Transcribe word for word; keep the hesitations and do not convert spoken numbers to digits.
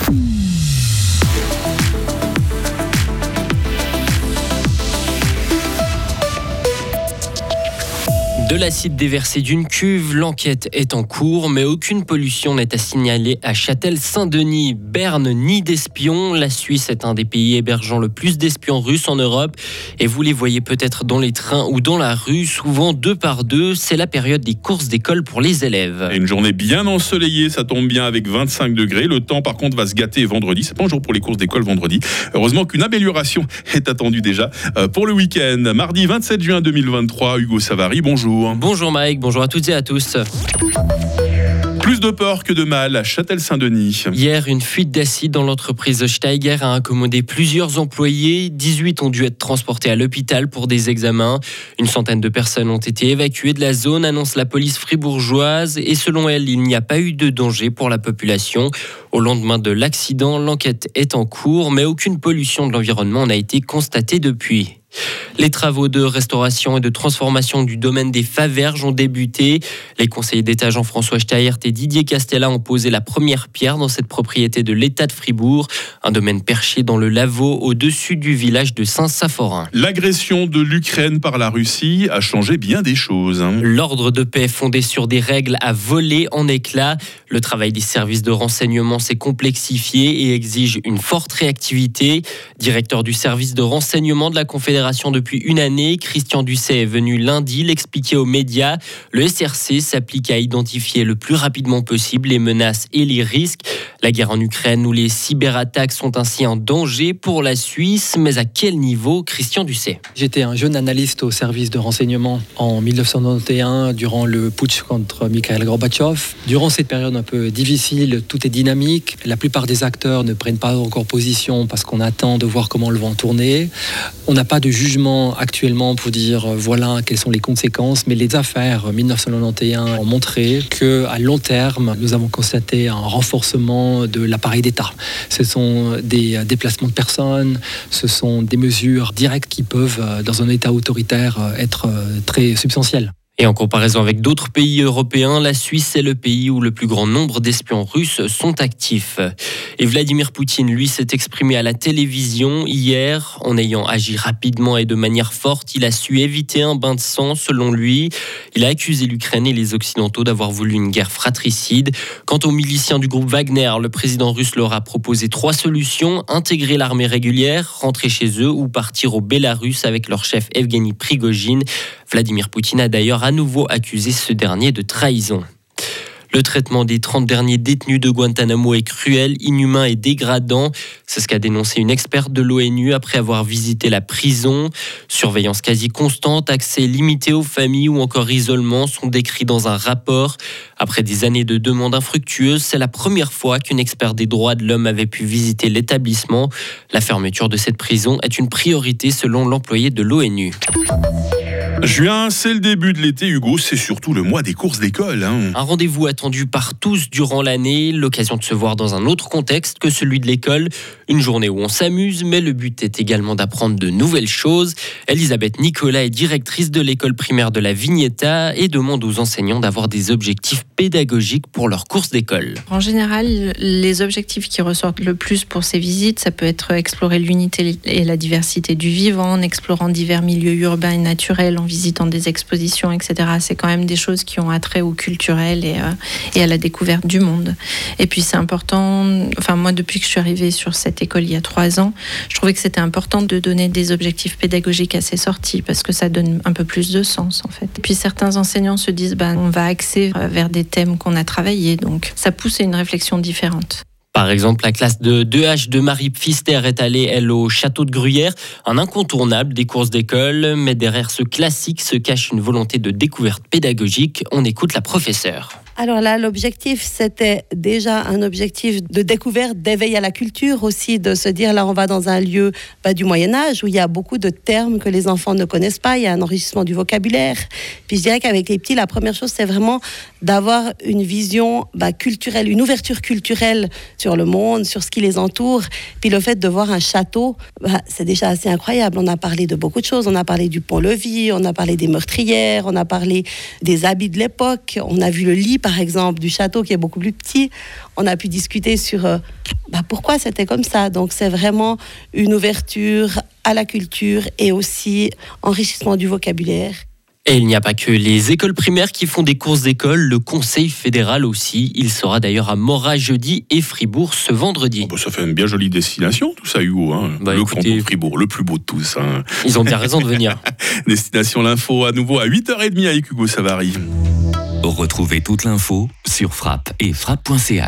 De l'acide déversé d'une cuve, l'enquête est en cours, mais aucune pollution n'est à signaler à Châtel-Saint-Denis, Berne ni d'espions. La Suisse est un des pays hébergeant le plus d'espions russes en Europe. Et vous les voyez peut-être dans les trains ou dans la rue, souvent deux par deux. C'est la période des courses d'école pour les élèves. Et une journée bien ensoleillée, ça tombe bien avec vingt-cinq degrés. Le temps, par contre, va se gâter vendredi. C'est pas un jour pour les courses d'école vendredi. Heureusement qu'une amélioration est attendue déjà pour le week-end. Mardi vingt-sept juin deux mille vingt-trois, Hugo Savary, bonjour. Bonjour Mike, bonjour à toutes et à tous. Plus de peur que de mal à Châtel-Saint-Denis. Hier, une fuite d'acide dans l'entreprise Steiger a incommodé plusieurs employés. dix-huit ont dû être transportés à l'hôpital pour des examens. Une centaine de personnes ont été évacuées de la zone, annonce la police fribourgeoise. Et selon elle, il n'y a pas eu de danger pour la population. Au lendemain de l'accident, l'enquête est en cours, mais aucune pollution de l'environnement n'a été constatée depuis. Les travaux de restauration et de transformation du domaine des Faverges ont débuté. Les conseillers d'État Jean-François Steyert et Didier Castella ont posé la première pierre dans cette propriété de l'État de Fribourg, un domaine perché dans le Lavaux, au-dessus du village de Saint-Saphorin. L'agression de l'Ukraine par la Russie a changé bien des choses. Hein. L'ordre de paix fondé sur des règles a volé en éclats. Le travail des services de renseignement s'est complexifié et exige une forte réactivité. Directeur du service de renseignement de la Confédération depuis une année, Christian Dusset est venu lundi l'expliquer aux médias. Le S R C s'applique à identifier le plus rapidement possible les menaces et les risques. La guerre en Ukraine ou les cyberattaques sont ainsi un danger pour la Suisse. Mais à quel niveau, Christian Dusset ? J'étais un jeune analyste au service de renseignement en dix-neuf cent quatre-vingt-onze durant le putsch contre Mikhail Gorbatchev. Durant cette période un peu difficile, tout est dynamique. La plupart des acteurs ne prennent pas encore position parce qu'on attend de voir comment le vent tourner. On n'a pas de jugement actuellement pour dire euh, voilà quelles sont les conséquences, mais les affaires dix-neuf cent quatre-vingt-onze ont montré qu'à long terme, nous avons constaté un renforcement de l'appareil d'État. Ce sont des déplacements de personnes, ce sont des mesures directes qui peuvent, dans un État autoritaire, être très substantielles. Et en comparaison avec d'autres pays européens, la Suisse est le pays où le plus grand nombre d'espions russes sont actifs. Et Vladimir Poutine, lui, s'est exprimé à la télévision hier. En ayant agi rapidement et de manière forte, il a su éviter un bain de sang, selon lui. Il a accusé l'Ukraine et les Occidentaux d'avoir voulu une guerre fratricide. Quant aux miliciens du groupe Wagner, le président russe leur a proposé trois solutions. Intégrer l'armée régulière, rentrer chez eux ou partir au Bélarus avec leur chef Evgeny Prigojine. Vladimir Poutine a d'ailleurs à nouveau accusé ce dernier de trahison. Le traitement des trente derniers détenus de Guantanamo est cruel, inhumain et dégradant. C'est ce qu'a dénoncé une experte de l'ONU après avoir visité la prison. Surveillance quasi constante, accès limité aux familles ou encore isolement sont décrits dans un rapport. Après des années de demandes infructueuses, c'est la première fois qu'une experte des droits de l'homme avait pu visiter l'établissement. La fermeture de cette prison est une priorité selon l'employé de l'ONU. Juin, c'est le début de l'été, Hugo, c'est surtout le mois des courses d'école. Hein. Un rendez-vous attendu par tous durant l'année, l'occasion de se voir dans un autre contexte que celui de l'école. Une journée où on s'amuse, mais le but est également d'apprendre de nouvelles choses. Elisabeth Nicolas est directrice de l'école primaire de la Vignetta et demande aux enseignants d'avoir des objectifs pédagogiques pour leurs courses d'école. En général, les objectifs qui ressortent le plus pour ces visites, ça peut être explorer l'unité et la diversité du vivant, en explorant divers milieux urbains et naturels, en visitant des expositions, et cetera. C'est quand même des choses qui ont attrait au culturel et, euh, et à la découverte du monde. Et puis c'est important, enfin moi depuis que je suis arrivée sur cette école il y a trois ans, je trouvais que c'était important de donner des objectifs pédagogiques à ces sorties parce que ça donne un peu plus de sens en fait. Et puis certains enseignants se disent bah, on va axer vers des thèmes qu'on a travaillés, donc ça pousse à une réflexion différente. Par exemple, la classe de deux H de Marie Pfister est allée, elle, au château de Gruyère, un incontournable des courses d'école. Mais derrière ce classique se cache une volonté de découverte pédagogique. On écoute la professeure. Alors là, l'objectif, c'était déjà un objectif de découverte, d'éveil à la culture aussi, de se dire, là, on va dans un lieu bah, du Moyen-Âge où il y a beaucoup de termes que les enfants ne connaissent pas, il y a un enrichissement du vocabulaire. Puis je dirais qu'avec les petits, la première chose, c'est vraiment d'avoir une vision bah, culturelle, une ouverture culturelle sur le monde, sur ce qui les entoure. Puis le fait de voir un château, bah, c'est déjà assez incroyable. On a parlé de beaucoup de choses, on a parlé du pont-levis, on a parlé des meurtrières, on a parlé des habits de l'époque, on a vu le lit, par exemple, du château qui est beaucoup plus petit. On a pu discuter sur euh, bah, pourquoi c'était comme ça. Donc c'est vraiment une ouverture à la culture et aussi enrichissement du vocabulaire. Et il n'y a pas que les écoles primaires qui font des courses d'école, le Conseil fédéral aussi. Il sera d'ailleurs à Morat jeudi et Fribourg ce vendredi. Oh bah ça fait une bien jolie destination, tout ça, Hugo. Hein. Bah, le écoutez, canton de Fribourg, le plus beau de tous. Hein. Ils ont bien raison de venir. Destination l'info à nouveau à huit heures trente avec Hugo Savary. Retrouvez toute l'info sur Frappe et frappe point c h.